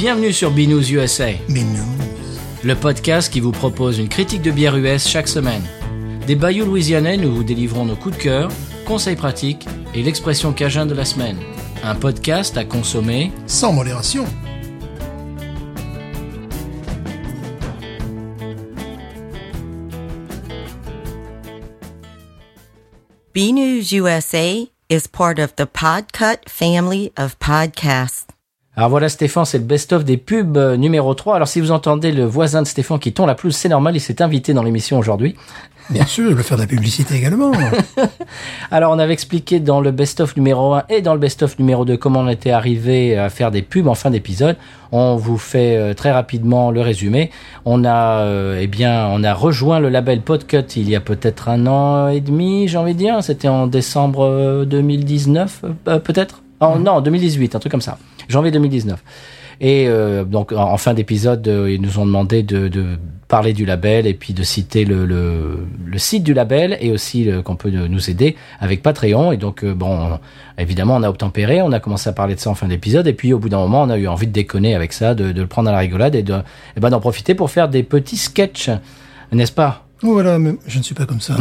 Bienvenue sur Binous USA, Binous, le podcast qui vous propose une critique de bière US chaque semaine. Des bayous louisianais, nous vous délivrons nos coups de cœur, conseils pratiques et l'expression cajun de la semaine. Un podcast à consommer sans modération. BNews USA is part of the Podcut family of podcasts. Alors voilà Stéphane, c'est le best-of des pubs numéro 3. Alors si vous entendez le voisin de Stéphane qui tond la pelouse, c'est normal, il s'est invité dans l'émission aujourd'hui. Bien sûr, je veux faire de la publicité également. Alors on avait expliqué dans le best-of numéro 1 et dans le best-of numéro 2 comment on était arrivé à faire des pubs en fin d'épisode. On vous fait très rapidement le résumé. On a rejoint le label Podcut il y a peut-être 1 an et demi, j'ai envie de dire. C'était en décembre 2019 peut-être. Non, 2018, un truc comme ça. Janvier 2019. Et donc en fin d'épisode, ils nous ont demandé de parler du label et puis de citer le site du label et aussi qu'on peut nous aider avec Patreon. Et donc évidemment, on a obtempéré, on a commencé à parler de ça en fin d'épisode. Et puis au bout d'un moment, on a eu envie de déconner avec ça, de le prendre à la rigolade et d'en profiter pour faire des petits sketchs, n'est-ce pas? Voilà, mais je ne suis pas comme ça.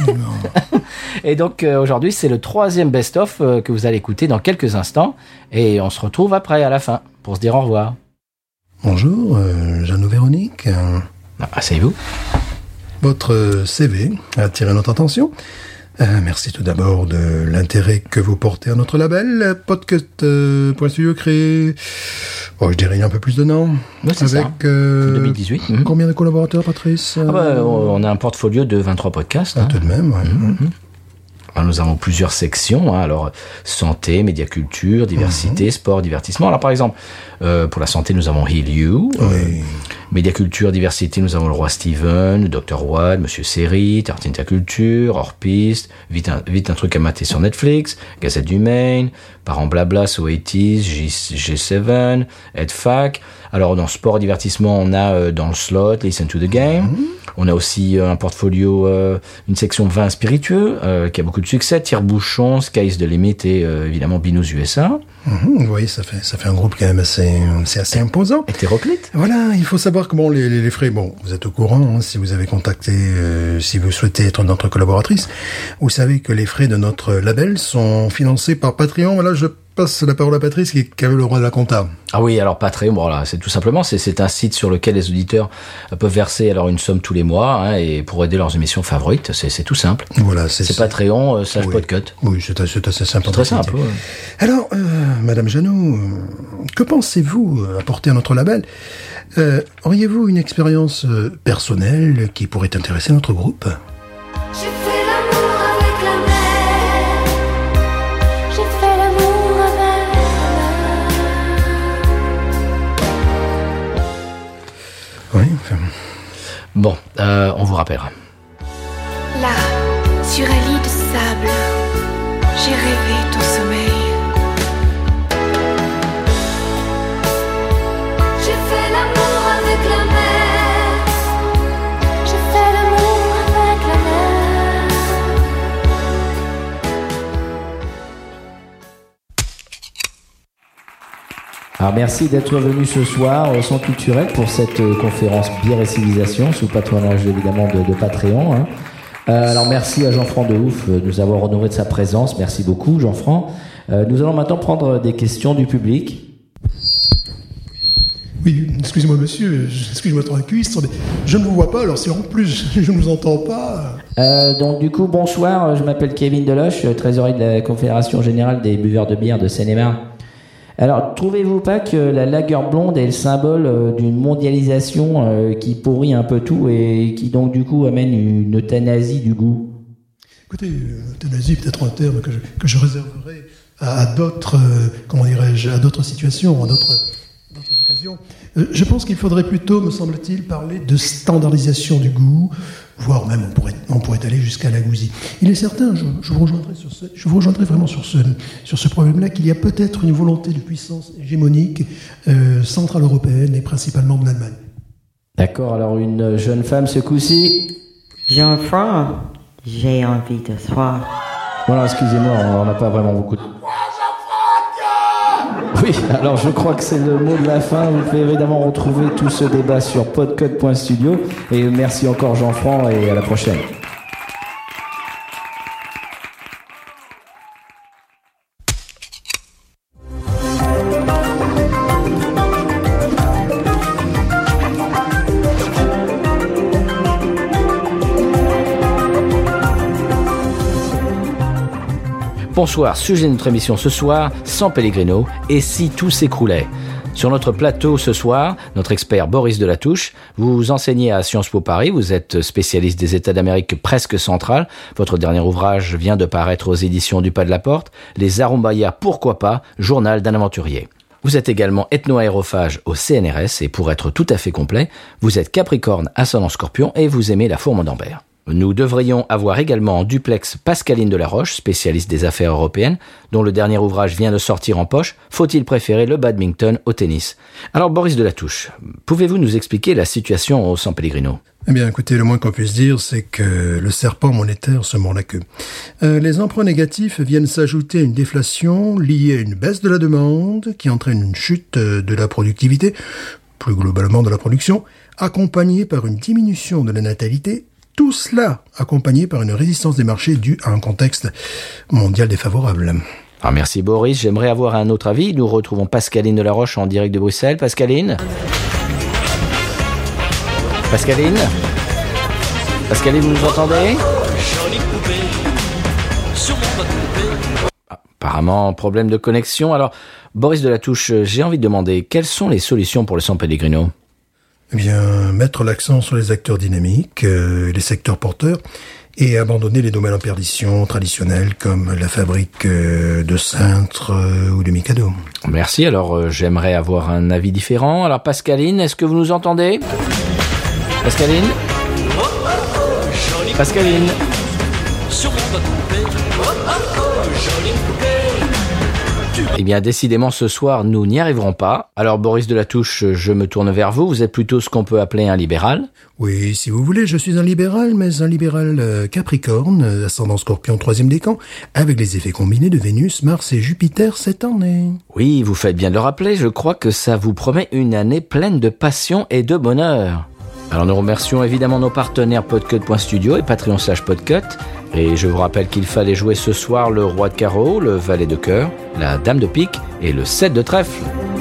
Et donc aujourd'hui, c'est le 3e best-of que vous allez écouter dans quelques instants. Et on se retrouve après, à la fin, pour se dire au revoir. Bonjour, Jeannot Véronique. Asseyez-vous. Votre CV a attiré notre attention. Merci tout d'abord de l'intérêt que vous portez à notre label. Podcut.studio créé, je dirais il y a un peu plus d'un an. Oui, c'est avec, ça. 2018. Combien de collaborateurs, Patrice? On a un portfolio de 23 podcasts. Tout de même, ouais. Alors, nous avons plusieurs sections, alors santé, médiaculture, diversité, sport, divertissement. Alors par exemple, pour la santé, nous avons Heal You. Médiaculture, diversité, nous avons le Roi Steven, le Dr. Watt, Monsieur Seri, Tartinta Culture, Hors Piste, vite un truc à mater sur Netflix, Gazette du Maine, Parents Blabla, So 80s, G7, EdFac. Alors dans sport et divertissement, on a dans le slot, Listen to the Game. On a aussi un portfolio, une section vin spiritueux qui a beaucoup de succès, Tire-Bouchon, Sky's the Limit et évidemment Binous USA. Vous voyez, ça fait un groupe quand même assez imposant. Hétéroclite. Voilà, il faut savoir comment les frais, vous êtes au courant, si vous avez contacté, si vous souhaitez être notre collaboratrice, vous savez que les frais de notre label sont financés par Patreon. Voilà, je passe la parole à Patrice qui est quand même le roi de la compta. Ah oui, alors Patreon, voilà, c'est tout simplement, c'est un site sur lequel les auditeurs peuvent verser alors une somme tous les mois, et pour aider leurs émissions favorites, c'est tout simple. Voilà, c'est Patreon / Podcut. Oui, c'est assez simple. C'est très simple. Ouais. Alors, Madame Jeannot, que pensez-vous apporter à notre label? Auriez-vous une expérience personnelle qui pourrait intéresser notre groupe? Oui, enfin... Bon, on vous rappellera. Là, sur un lit de sable, j'ai rêvé ton sommeil. J'ai fait l'amour avec la mer. J'ai fait l'amour avec la mer. Alors merci d'être venu ce soir au Centre culturel pour cette conférence bière et civilisation sous patronage évidemment de Patreon. Alors merci à Jean-Franc Deouf de nous avoir honoré de sa présence. Merci beaucoup Jean-Franc. Nous allons maintenant prendre des questions du public. Oui, excusez-moi monsieur, excusez-moi de cuistre, mais je ne vous vois pas, alors si en plus je ne vous entends pas... Donc du coup, bonsoir, je m'appelle Kevin Deloche, trésorier de la Confédération Générale des Buveurs de Bière de Seine-et-Marne. Alors, trouvez-vous pas que la lager blonde est le symbole d'une mondialisation qui pourrit un peu tout et qui donc du coup amène une euthanasie du goût? Écoutez, euthanasie peut-être un terme que je réserverai à d'autres, à d'autres situations, à d'autres occasions. Je pense qu'il faudrait plutôt, me semble-t-il, parler de standardisation du goût, voire même on pourrait aller jusqu'à la gousie. Il est certain, je vous rejoindrai vraiment sur ce problème-là, qu'il y a peut-être une volonté de puissance hégémonique centrale européenne et principalement de l'Allemagne. D'accord, alors une jeune femme ce coup-ci. Jean-Franc, j'ai envie de soir. Voilà, excusez-moi, on n'a pas vraiment beaucoup de... Oui, Oui, alors je crois que c'est le mot de la fin. Vous pouvez évidemment retrouver tout ce débat sur podcut.studio. Et merci encore Jean-Franc et à la prochaine. Bonsoir, sujet de notre émission ce soir, San Pellegrino, et si tout s'écroulait. Sur notre plateau ce soir, notre expert Boris Delatouche, vous enseignez à Sciences Po Paris, vous êtes spécialiste des États d'Amérique presque centrale, votre dernier ouvrage vient de paraître aux éditions du Pas de la Porte, Les Arumbayas, pourquoi pas, journal d'un aventurier. Vous êtes également ethno-aérophage au CNRS, et pour être tout à fait complet, vous êtes Capricorne, ascendant Scorpion, et vous aimez la fourme d'Ambert. Nous devrions avoir également en duplex Pascaline Delaroche, spécialiste des affaires européennes, dont le dernier ouvrage vient de sortir en poche, Faut-il préférer le badminton au tennis? Alors Boris Delatouche, pouvez-vous nous expliquer la situation au San Pellegrino? Eh bien, écoutez, le moins qu'on puisse dire, c'est que le serpent monétaire se mord la queue. Les emprunts négatifs viennent s'ajouter à une déflation liée à une baisse de la demande, qui entraîne une chute de la productivité, plus globalement de la production, accompagnée par une diminution de la natalité, tout cela accompagné par une résistance des marchés due à un contexte mondial défavorable. Alors merci Boris, j'aimerais avoir un autre avis. Nous retrouvons Pascaline Delaroche en direct de Bruxelles. Pascaline, vous nous entendez? Apparemment, problème de connexion. Alors, Boris Delatouche, j'ai envie de demander, quelles sont les solutions pour le San Pellegrino? Eh bien, mettre l'accent sur les acteurs dynamiques, les secteurs porteurs, et abandonner les domaines en perdition traditionnels comme la fabrique de cintres ou de Mikado. Merci, alors j'aimerais avoir un avis différent. Alors Pascaline, est-ce que vous nous entendez? Pascaline? Eh bien, décidément, ce soir, nous n'y arriverons pas. Alors, Boris Delatouche, je me tourne vers vous. Vous êtes plutôt ce qu'on peut appeler un libéral. Oui, si vous voulez, je suis un libéral, mais un libéral Capricorne, ascendant Scorpion, 3e décan, avec les effets combinés de Vénus, Mars et Jupiter cette année. Oui, vous faites bien de le rappeler. Je crois que ça vous promet une année pleine de passion et de bonheur. Alors, nous remercions évidemment nos partenaires podcut.studio et Patreon/podcut. Et je vous rappelle qu'il fallait jouer ce soir le roi de carreau, le valet de cœur, la dame de pique et le 7 de trèfle.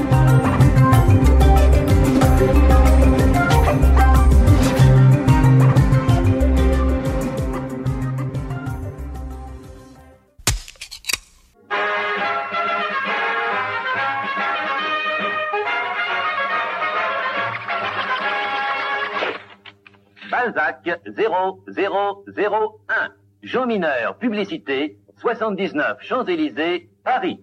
Balzac 0001. Jean Mineur, publicité, 79 Champs-Élysées, Paris.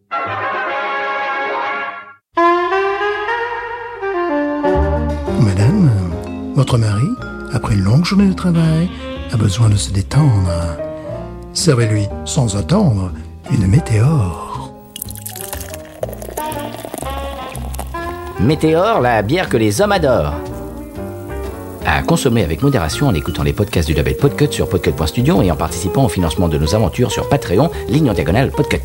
Madame, votre mari, après une longue journée de travail, a besoin de se détendre. Servez-lui, sans attendre, une météore. Météore, la bière que les hommes adorent. À consommer avec modération en écoutant les podcasts du label Podcut sur podcut.studio et en participant au financement de nos aventures sur Patreon, ligne en diagonale Podcut.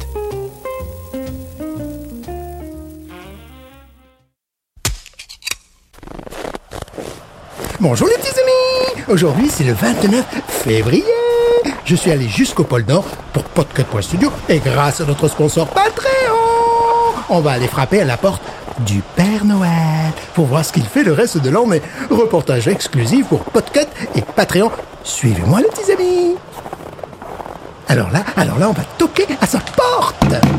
Bonjour les petits amis! Aujourd'hui c'est le 29 février. Je suis allé jusqu'au pôle Nord pour podcut.studio et grâce à notre sponsor Patreon, on va aller frapper à la porte du Père Noël pour voir ce qu'il fait le reste de l'année. Reportage exclusif pour Podcut et Patreon. Suivez-moi les petits amis. Alors là, on va toquer à sa porte.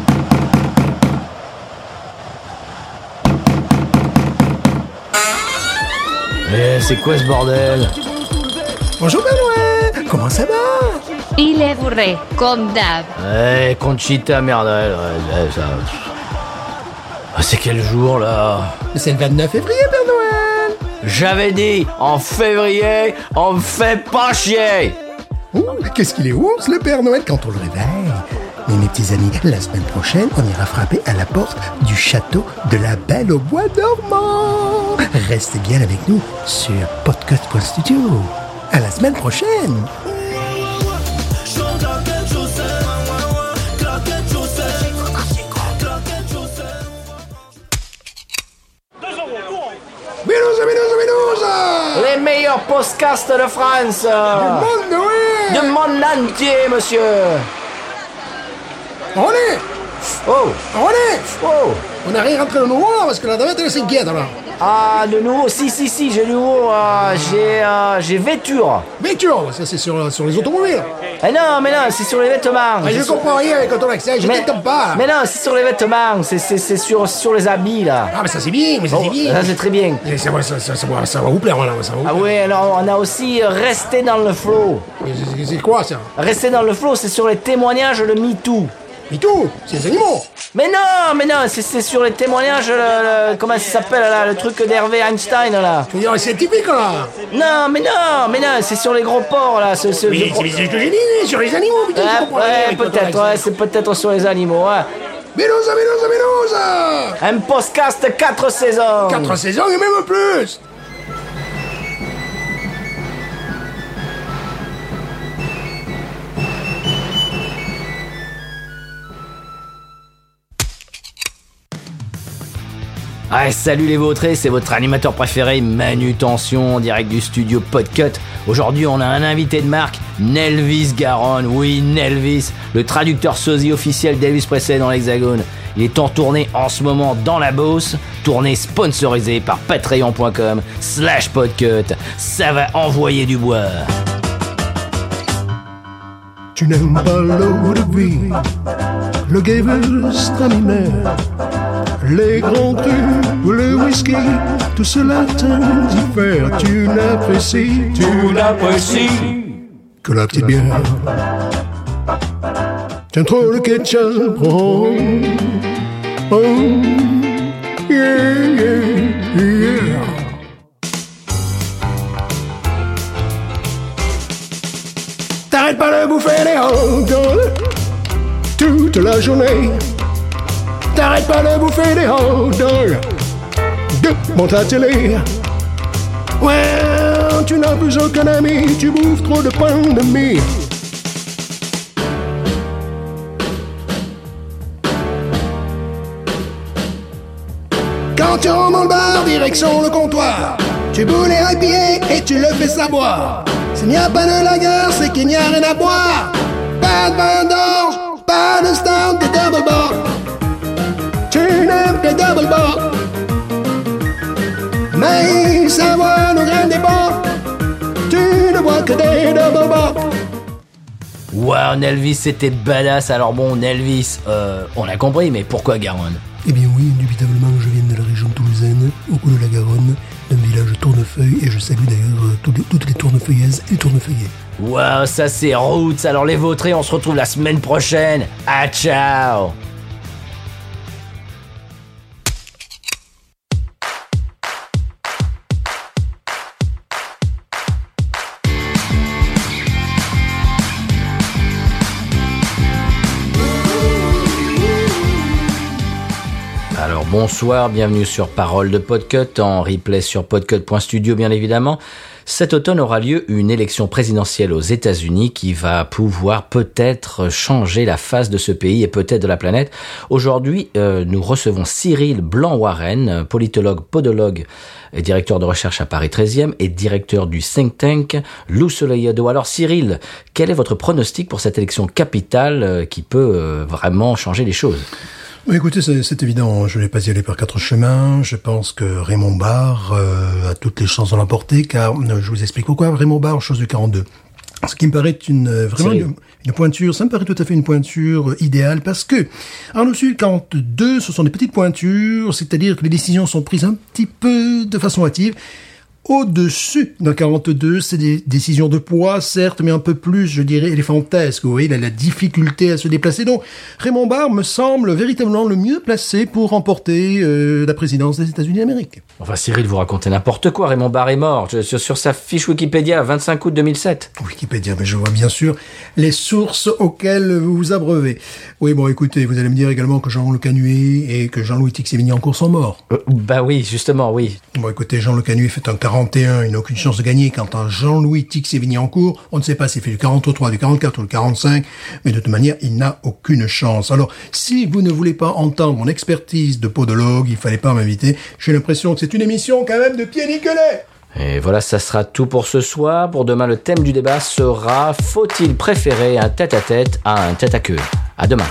C'est quoi ce bordel? Bonjour Père Noël, comment ça va? Il est vrai, comme d'hab. Conchita merdelle, ça... C'est quel jour, là? C'est le 29 février, Père Noël. J'avais dit, en février, on me fait pas chier. Qu'est-ce qu'il est ours, le Père Noël, quand on le réveille. Mais mes petits amis, la semaine prochaine, on ira frapper à la porte du château de la Belle au Bois dormant. Restez bien avec nous sur podcut.studio. À la semaine prochaine. Les meilleurs podcasts de France. Oui. Du monde entier, monsieur. René, Oh, on n'a rien rentré de nouveau parce que la dame elle s'inquiète alors. ah, de nouveau, si, j'ai de nouveau, j'ai vêture. Vêture, ça c'est sur les automobiles. Eh non, mais non, c'est sur les vêtements. Mais je comprends rien avec ton accent, je t'entends pas. Mais non, c'est sur les vêtements, c'est sur les habits, là. Ah mais ça c'est bien, Oh, ça, c'est très bien. Et ça va vous plaire, voilà, ça va vous Ah plaire. oui, alors on a aussi Rester dans le flow. C'est quoi ça? Rester dans le flow, c'est sur les témoignages de MeToo. Et tout, c'est les animaux. Mais non, c'est sur les témoignages, comment ça s'appelle là, le truc d'Hervé Einstein là. Tu veux dire les scientifiques là? Non, mais non, c'est sur les gros porcs là. Oui, c'est ce que j'ai dit, sur les animaux, putain, je comprends rien Ouais, avec ton peut-être, accent. ouais, c'est peut-être sur les animaux, ouais. Mélosa. Un podcast 4 saisons. 4 saisons et même plus. Ah, salut les vautrés, c'est votre animateur préféré, Manu Tension, en direct du studio Podcut. Aujourd'hui, on a un invité de marque, Nelvis Garonne. Oui, Nelvis, le traducteur sosie officiel d'Elvis Presley dans l'Hexagone. Il est en tournée en ce moment dans la Beauce, tournée sponsorisée par patreon.com/podcut. Ça va envoyer du bois. Tu n'aimes pas l'eau de vie, le Gewürztraminer, les grands crus ou le whisky, tout cela t'indiffère. Tu n'apprécies que la petite bière. Tiens trop le ketchup, oh, yeah. T'arrêtes pas de bouffer des hot dogs toute la journée. T'arrêtes pas de bouffer des hot dogs devant ta télé. Ouais, tu n'as plus aucun ami, tu bouffes trop de pain de mie. Quand tu rentres dans le bar, direction le comptoir, tu boules les IPA et tu le fais savoir. S'il n'y a pas de lager, c'est qu'il n'y a rien à boire. Pas de vin d'orge, pas de stout, de double bock. Tu n'aimes que double bock. Mais savoir nos graines des bords, tu ne vois que des double bock. Wow, Nelvis, c'était badass. Alors bon, Nelvis, on a compris, mais pourquoi Garonne? Eh bien oui, indubitablement, je viens de la région toulousaine, au cou de la Garonne, d'un village tournefeuille, et je salue d'ailleurs toutes les tournefeuillaises et les tournefeuillets. Wow, ça c'est roots. Alors les vautrés, on se retrouve la semaine prochaine. Ah, ciao. Alors bonsoir, bienvenue sur Parole de Podcut, en replay sur podcut.studio bien évidemment. Cet automne aura lieu une élection présidentielle aux États-Unis qui va pouvoir peut-être changer la face de ce pays et peut-être de la planète. Aujourd'hui, nous recevons Cyril Blanc-Warren, politologue, podologue et directeur de recherche à Paris 13e et directeur du think tank Loup Soleil Ado. Alors Cyril, quel est votre pronostic pour cette élection capitale qui peut vraiment changer les choses ? Écoutez, c'est évident, je ne vais pas y aller par 4 chemins. Je pense que Raymond Barre a toutes les chances de l'emporter, car je vous explique pourquoi. Raymond Barre, chose du 42. Ce qui me paraît vraiment une pointure, ça me paraît tout à fait une pointure idéale, parce que en dessous du 42, ce sont des petites pointures, c'est-à-dire que les décisions sont prises un petit peu de façon hâtive. Au-dessus d'un 42, c'est des décisions de poids, certes, mais un peu plus, je dirais, éléphantesques. Vous voyez, il a la difficulté à se déplacer. Donc, Raymond Barre me semble véritablement le mieux placé pour remporter la présidence des États-Unis d'Amérique. Enfin, Cyril, vous racontez n'importe quoi. Raymond Barre est mort. Sur sa fiche Wikipédia, 25 août 2007. Wikipédia, mais je vois bien sûr les sources auxquelles vous vous abreuvez. Oui, bon, écoutez, vous allez me dire également que Jean Le Canuet et que Jean-Louis Tix-Sévigny-Encourt sont morts. Bah oui, justement, oui. Bon, écoutez, Jean Le Canuet fait un 41, il n'a aucune chance de gagner. Quant à Jean-Louis Tix-Sévigny-Encourt, on ne sait pas s'il fait du 43, du 44 ou du 45, mais de toute manière, il n'a aucune chance. Alors, si vous ne voulez pas entendre mon expertise de podologue, il fallait pas m'inviter. J'ai l'impression que c'est une émission quand même de pied nickelé. Et voilà, ça sera tout pour ce soir. Pour demain, le thème du débat sera « Faut-il préférer un tête-à-tête à un tête-à-queue ?» À demain.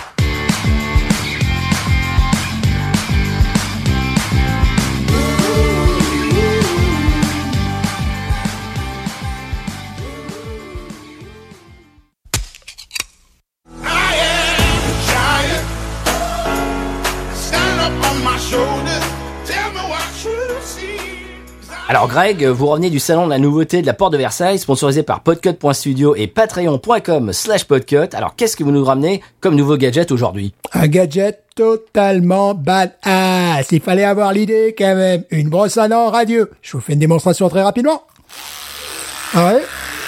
Alors Greg, vous revenez du salon de la nouveauté de la Porte de Versailles, sponsorisé par podcut.studio et patreon.com/podcut. Alors qu'est-ce que vous nous ramenez comme nouveau gadget aujourd'hui? Un gadget totalement badass. Il fallait avoir l'idée quand même. Une brosse à dents radio. Je vous fais une démonstration très rapidement. Ah ouais.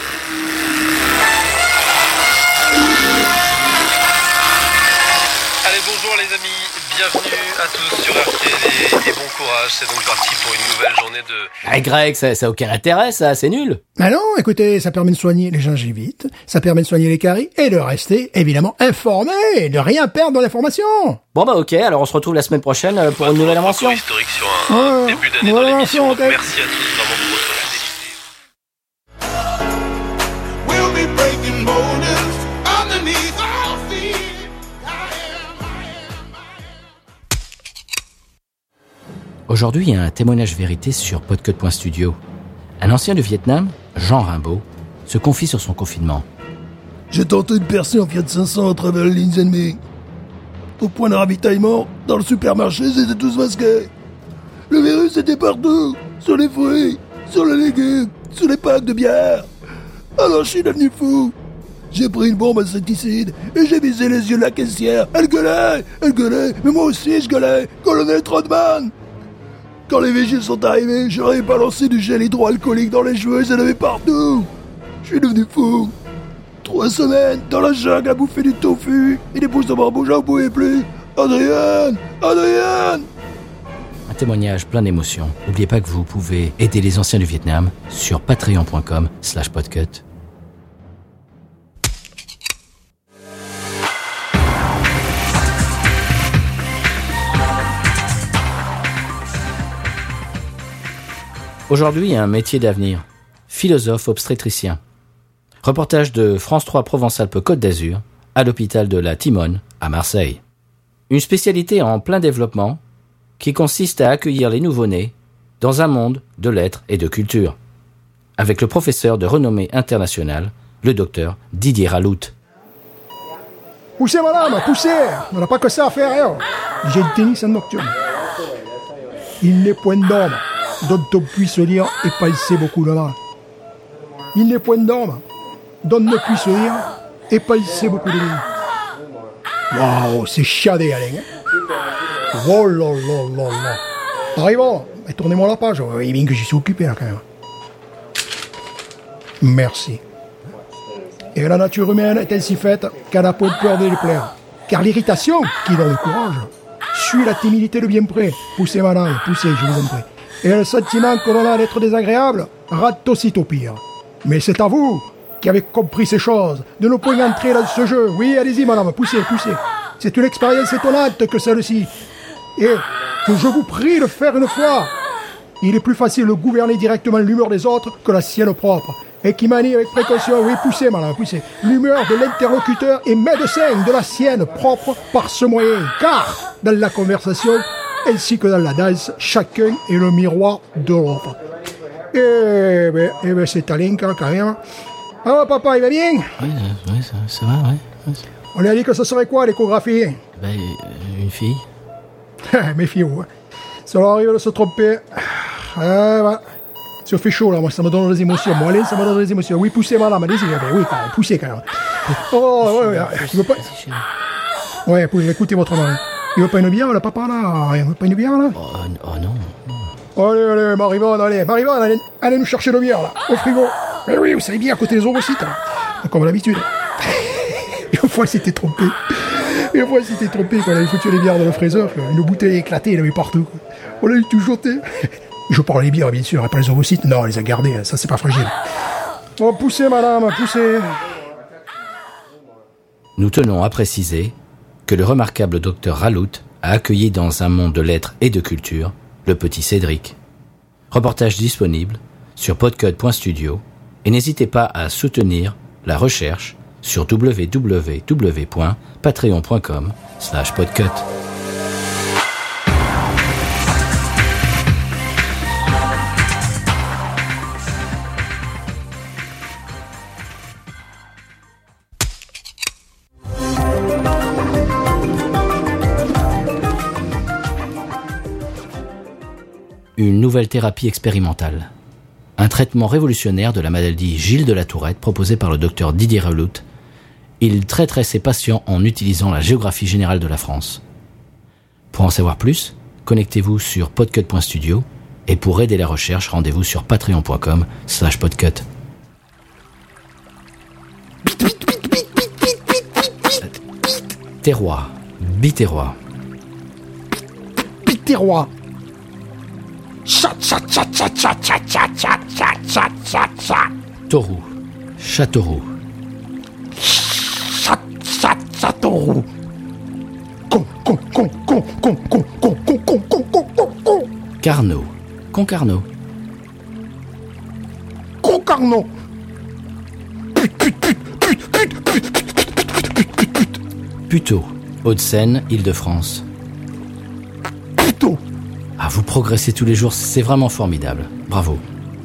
Allez, bonjour les amis, bienvenue à tous sur RTL et bon courage, c'est donc parti pour une nouvelle journée de... Ah Greg, ça a aucun intérêt ça, c'est nul. Ah non, écoutez, ça permet de soigner les gingivites, ça permet de soigner les caries et de rester évidemment informé et de rien perdre dans l'information. Bon bah ok, alors on se retrouve la semaine prochaine pour une nouvelle invention. Historique sur un début d'année dans l'émission, donc okay. merci à tous vraiment pour votre fidélité. We'll be breaking borders underneath our feet. Aujourd'hui, il y a un témoignage vérité sur podcut.studio. Un ancien du Vietnam, Jean Rimbaud, se confie sur son confinement. J'ai tenté de percer en Fiat 500 à travers les lignes ennemies. Au point de ravitaillement, dans le supermarché, ils étaient tous masqués. Le virus était partout, sur les fruits, sur les légumes, sur les packs de bière. Alors je suis devenu fou. J'ai pris une bombe insecticide et j'ai visé les yeux de la caissière. Elle gueulait, mais moi aussi je gueulais. Colonel Trotman. Quand les vigiles sont arrivés, j'aurais balancé du gel hydroalcoolique dans les cheveux, ils en avaient partout. Je suis devenu fou. 3 semaines dans la jungle à bouffer du tofu et des pousses de bambou, j'en pouvais plus. Adrienne. Un témoignage plein d'émotions. N'oubliez pas que vous pouvez aider les anciens du Vietnam sur patreon.com/podcut. Aujourd'hui, un métier d'avenir. Philosophe obstétricien. Reportage de France 3 Provence-Alpes-Côte d'Azur à l'hôpital de la Timone à Marseille. Une spécialité en plein développement qui consiste à accueillir les nouveau-nés dans un monde de lettres et de culture. Avec le professeur de renommée internationale, le docteur Didier Raloute. Poussez madame, poussez. On n'a pas que ça à faire. Hein. J'ai le tennis en nocturne. Il n'est point d'homme dont on puisse lire et penser beaucoup de mal. Il n'est point d'homme dont ne puisse lire et penser beaucoup de mal. Waouh, c'est chiadé, Alain. Oh là là là là. Arrivons, tournez-moi la page. Il est bien que j'y suis occupé là quand même. Merci. Et la nature humaine est ainsi faite qu'elle n'a pas peur de les plaire. Car l'irritation, qui donne le courage, suit la timidité de bien près. Poussez madame, poussez, je vous en prie. Et le sentiment que l'on a d'être désagréable rate aussitôt pire. Mais c'est à vous, qui avez compris ces choses, de ne point entrer dans ce jeu. Oui, allez-y madame, poussez. C'est une expérience étonnante que celle-ci. Et que je vous prie de faire une fois. Il est plus facile de gouverner directement l'humeur des autres que la sienne propre. Et qui manie avec précaution, oui, poussez madame, poussez, l'humeur de l'interlocuteur et médecin de la sienne propre par ce moyen. Car, dans la conversation, ainsi que dans la danse, chacun est le miroir de l'autre. Eh ben, c'est Alain quand même. Alors papa, il va bien? Oui, ça va, ouais. On lui a dit que ce serait quoi l'échographie? Une fille. Méfiez-vous. Hein. Ça leur arrive de se tromper. Voilà. Ça fait chaud là, moi ça me donne des émotions. Moi, Alain, ça me donne des émotions. Oui, poussez madame, allez-y. Oui, quand même, poussez quand même. Oh, ouais. Tu veux pas... Ouais, écoutez votre mari. Il veut pas une bière, le papa là? Il veut pas une bière là? Oh non. Allez, Marivonne, allez nous chercher de bière là, au frigo. Mais oui, vous savez bien, à côté des ovocytes, là. Comme d'habitude. Une fois, il s'était trompé quand on avait foutu les bières dans le fraiseur. Une bouteille éclatée, il avait partout. On l'a eu tout jeté. Je parle des bières, bien sûr, et pas les ovocytes. Non, on les a gardés, ça c'est pas fragile. Oh, poussez, madame, poussez. Nous tenons à préciser que le remarquable docteur Raloute a accueilli dans un monde de lettres et de culture le petit Cédric. Reportage disponible sur podcut.studio et n'hésitez pas à soutenir la recherche sur www.patreon.com/podcut. Une nouvelle thérapie expérimentale. Un traitement révolutionnaire de la maladie Gilles de la Tourette proposé par le docteur Didier Relout. Il traiterait ses patients en utilisant la géographie générale de la France. Pour en savoir plus, connectez-vous sur podcut.studio et pour aider la recherche, rendez-vous sur patreon.com/podcut. Terroir, biterroir. Biterroir. Tauroux, Châteauroux. Châteauroux. Con. Carnot, Concarneau. Concarneau. Puteaux, Hauts-de-Seine, Île-de-France. Puteaux. Ah, vous progressez tous les jours, c'est vraiment formidable. Bravo.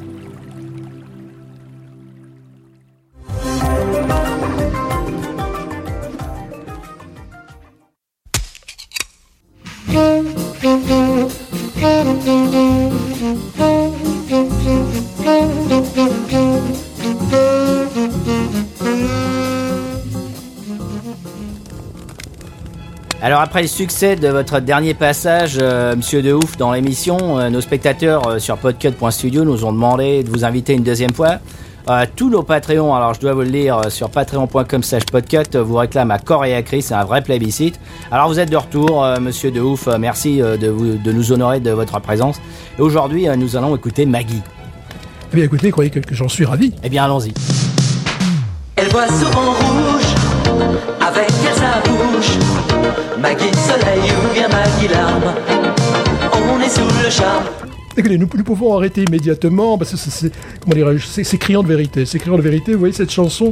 Alors après le succès de votre dernier passage, Monsieur de Ouf, dans l'émission, nos spectateurs sur podcut.studio nous ont demandé de vous inviter une deuxième fois. Tous nos Patreons, alors je dois vous le lire, sur patreon.com/podcut, vous réclament à corps et à cri, c'est un vrai plébiscite. Alors vous êtes de retour, Monsieur de Ouf, merci de nous honorer de votre présence. Et aujourd'hui, nous allons écouter Maggie. Eh bien écoutez, croyez que j'en suis ravi. Eh bien allons-y. Elle voit souvent rouge, avec elle sa bouche. Maggie soleil ou bien Maggie larme, on est sous le charme. Écoutez, nous pouvons arrêter immédiatement, parce que c'est criant de vérité. C'est criant de vérité, vous voyez, cette chanson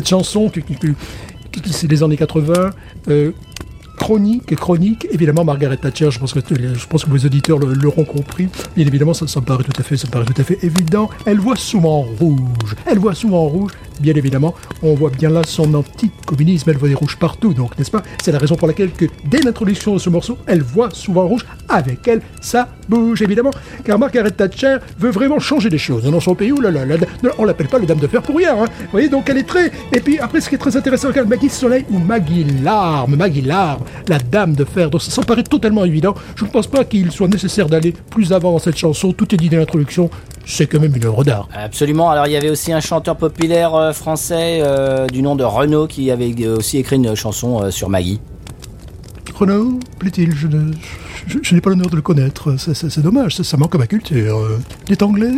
c'est les années 80, chronique, évidemment Margaret Thatcher, je pense que vos auditeurs l'auront compris. Bien évidemment, ça me paraît tout à fait évident. Elle voit souvent rouge, bien évidemment. On voit bien là son anticommunisme, elle voit des rouges partout, donc n'est-ce pas? C'est la raison pour laquelle que dès l'introduction de ce morceau, elle voit souvent rouge, avec elle, ça bouge évidemment, car Margaret Thatcher veut vraiment changer les choses dans son pays. Où on l'appelle pas le dame de fer pour rien, hein. Vous voyez, donc elle est très... Et puis après, ce qui est très intéressant, regarde, Maggie Soleil ou Maggie Larme, la dame de fer, donc ça me paraît totalement évident. Je ne pense pas qu'il soit nécessaire d'aller plus avant dans cette chanson, tout est dit dans l'introduction, c'est quand même une œuvre d'art. Absolument, alors il y avait aussi un chanteur populaire français du nom de Renaud qui avait aussi écrit une chanson sur Maggie. Renaud, plaît-il, je n'ai pas l'honneur de le connaître, c'est dommage, ça manque à ma culture. Il est anglais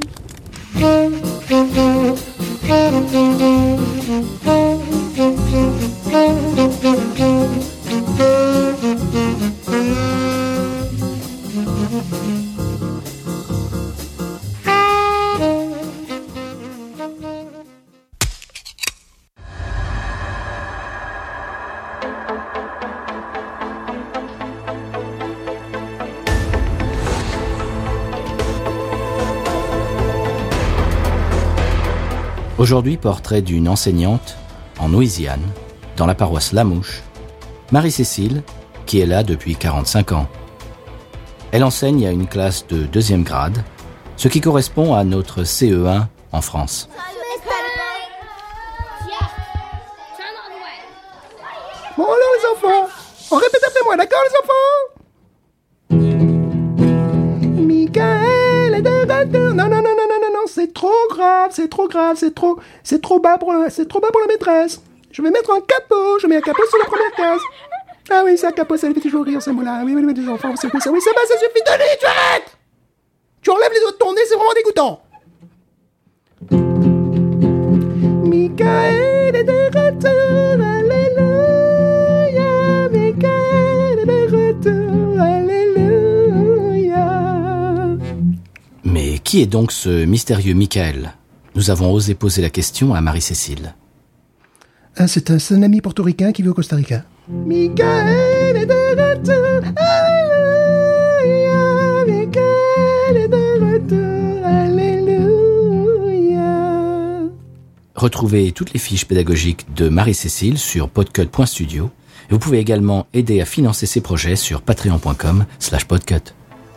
Aujourd'hui, portrait d'une enseignante en Louisiane, dans la paroisse Lamouche, Marie-Cécile, qui est là depuis 45 ans. Elle enseigne à une classe de 2e grade, ce qui correspond à notre CE1 en France. Bon alors les enfants, on répète après moi, d'accord les enfants? Michael est de retour. Non, c'est trop grave, c'est trop bas pour la maîtresse. Je vais mettre un capot, je mets un capot sur la première case. Ah oui, c'est un capot, ça fait toujours rire, ces mots-là. Oui, les enfants, vous savez ça. Oui, c'est bon, ça suffit, Denis, tu arrêtes! Tu enlèves les doigts de ton nez, c'est vraiment dégoûtant. Michael est de retour, alléluia. Michael est de retour, alléluia. Mais qui qui est donc ce mystérieux Michael? Nous avons osé poser la question à Marie-Cécile. C'est un ami portoricain qui vit au Costa Rica. Michael est de retour, alléluia, Michael est de retour, alléluia. Retrouvez toutes les fiches pédagogiques de Marie-Cécile sur podcut.studio. Et vous pouvez également aider à financer ces projets sur patreon.com/podcut.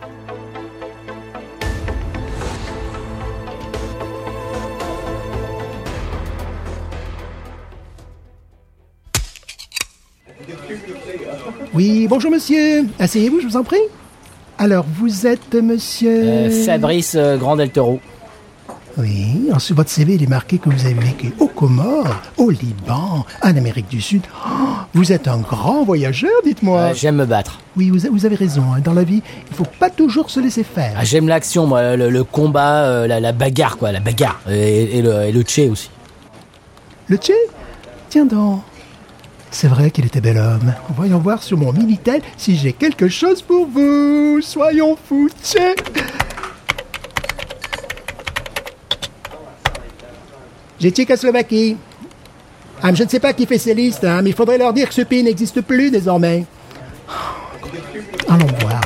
Oui, bonjour monsieur. Asseyez-vous, je vous en prie. Alors, vous êtes monsieur... Fabrice Grand Del Toro. Oui, sur votre CV, il est marqué que vous avez vécu aux Comores, au Liban, en Amérique du Sud. Oh, vous êtes un grand voyageur, dites-moi. J'aime me battre. Oui, vous avez raison. Hein. Dans la vie, il faut pas toujours se laisser faire. J'aime l'action, moi, le combat, la bagarre, quoi, la bagarre. Et le tché aussi. Le tché? Tiens donc. C'est vrai qu'il était bel homme. Voyons voir sur mon Minitel si j'ai quelque chose pour vous. Soyons fous, tché. J'ai Tchécoslovaquie. Je ne sais pas qui fait ces listes, mais il faudrait leur dire que ce pays n'existe plus désormais. Allons voir.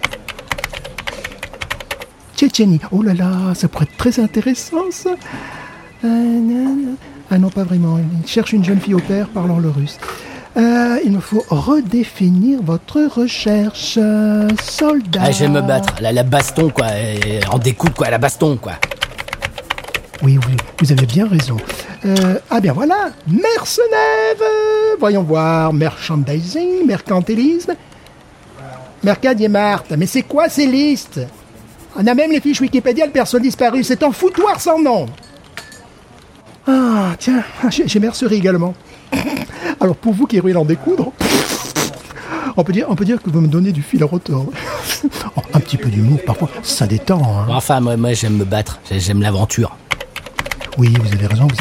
Tchétchénie. Oh là là, ça pourrait être très intéressant, ça. Ah non, pas vraiment. Il cherche une jeune fille au père parlant le russe. Il me faut redéfinir votre recherche. Soldat. J'aime me battre. La baston, quoi. En découpe, quoi. La baston, quoi. Oui, vous avez bien raison. Bien voilà, mercenaires. Voyons voir, merchandising, mercantilisme. Mercadier-Marthe, mais c'est quoi ces listes? On a même les fiches Wikipédia de personnes disparues, c'est un foutoir sans nom. Ah, tiens, j'ai mercerie également. Alors pour vous qui roulez en découdre, on peut dire que vous me donnez du fil à retordre. Un petit peu d'humour, parfois, ça détend. Hein. Enfin, moi j'aime me battre, j'aime l'aventure. Oui, vous avez raison.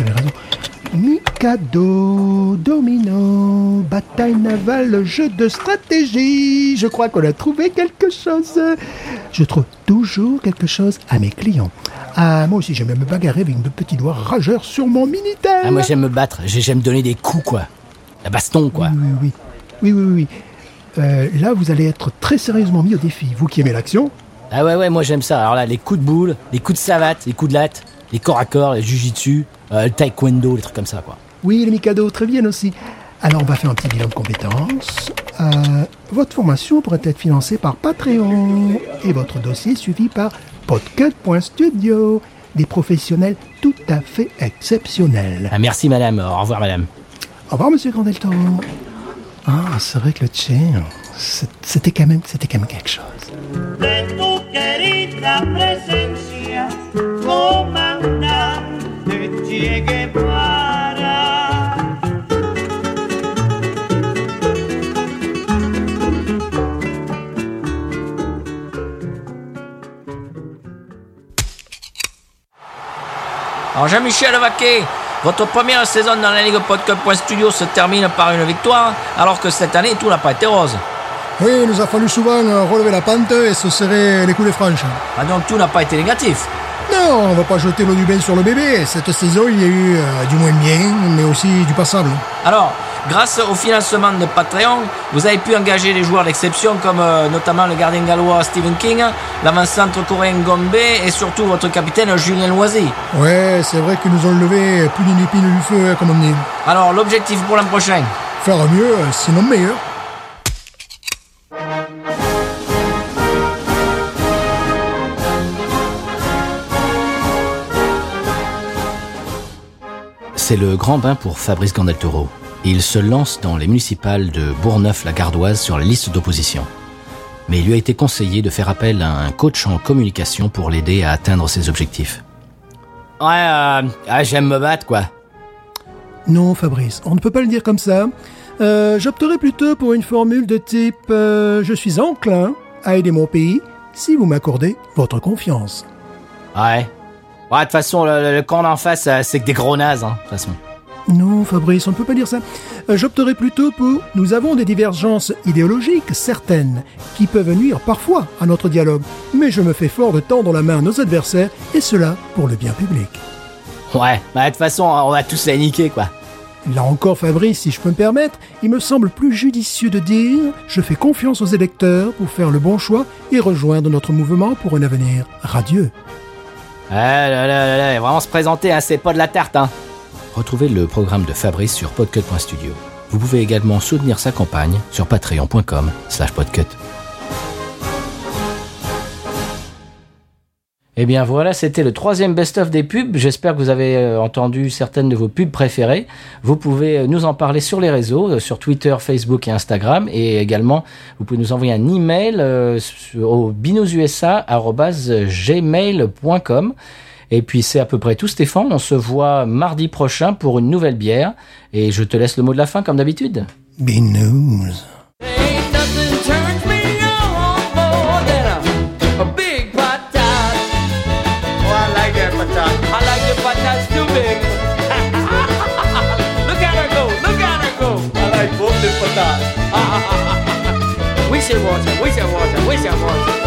Mikado, domino, bataille navale, jeu de stratégie. Je crois qu'on a trouvé quelque chose. Je trouve toujours quelque chose à mes clients. Moi aussi, j'aime me bagarrer avec une petite doigt rageur sur mon Minitel. Moi, j'aime me battre. J'aime donner des coups, quoi. La baston, quoi. Oui. Là, vous allez être très sérieusement mis au défi. Vous qui aimez l'action. Ah ouais, moi, j'aime ça. Alors là, les coups de boule, les coups de savate, les coups de latte, les corps à corps, les jujitsu, le taekwondo, les trucs comme ça, quoi. Oui, les Mikado, très bien aussi. Alors, on va faire un petit bilan de compétences. Votre formation pourrait être financée par Patreon et votre dossier suivi par podcut.studio. Des professionnels tout à fait exceptionnels. Merci, madame. Au revoir, madame. Au revoir, monsieur Grand Del Toro. C'est vrai que le tché, c'était quand même quelque chose. De tu querida presencia, comandante Che Guevara. Alors Jean-Michel Vaquet, votre première saison dans la Ligue Podcut.studio se termine par une victoire, alors que cette année, tout n'a pas été rose. Oui, il nous a fallu souvent relever la pente et se serrer les coulées franches. Donc tout n'a pas été négatif. Non, on va pas jeter l'eau du bain sur le bébé. Cette saison, il y a eu du moins bien, mais aussi du passable. Alors, grâce au financement de Patreon, vous avez pu engager des joueurs d'exception comme notamment le gardien gallois Stephen King, l'avant-centre coréen Gombe et surtout votre capitaine Julien Loisy. Ouais, c'est vrai qu'ils nous ont levé plus d'une épine du feu, comme on dit. Alors, l'objectif pour l'an prochain? Faire mieux, sinon meilleur. C'est le grand bain pour Fabrice Grand Del Toro. Il se lance dans les municipales de Bourgneuf-la-Gardoise sur la liste d'opposition. Mais il lui a été conseillé de faire appel à un coach en communication pour l'aider à atteindre ses objectifs. J'aime me battre, quoi. Non, Fabrice, on ne peut pas le dire comme ça. J'opterai plutôt pour une formule de type « Je suis enclin à aider mon pays si vous m'accordez votre confiance. » Ouais, de toute façon, le camp d'en face, c'est que des gros nazes, hein, de toute façon. Non, Fabrice, on ne peut pas dire ça. J'opterais plutôt pour « Nous avons des divergences idéologiques certaines qui peuvent nuire parfois à notre dialogue, mais je me fais fort de tendre la main à nos adversaires, et cela pour le bien public. » Ouais, bah de toute façon, on va tous la niquer, quoi. Là encore, Fabrice, si je peux me permettre, il me semble plus judicieux de dire « Je fais confiance aux électeurs pour faire le bon choix et rejoindre notre mouvement pour un avenir radieux. » Vraiment se présenter, hein, c'est pas de la tarte, hein. Retrouvez le programme de Fabrice sur podcut.studio. Vous pouvez également soutenir sa campagne sur patreon.com/podcut. Eh bien voilà, c'était le 3e best-of des pubs. J'espère que vous avez entendu certaines de vos pubs préférées. Vous pouvez nous en parler sur les réseaux, sur Twitter, Facebook et Instagram. Et également, vous pouvez nous envoyer un email au binoususa@gmail.com. Et puis c'est à peu près tout, Stéphane. On se voit mardi prochain pour une nouvelle bière. Et je te laisse le mot de la fin comme d'habitude. Binous. We should watch it.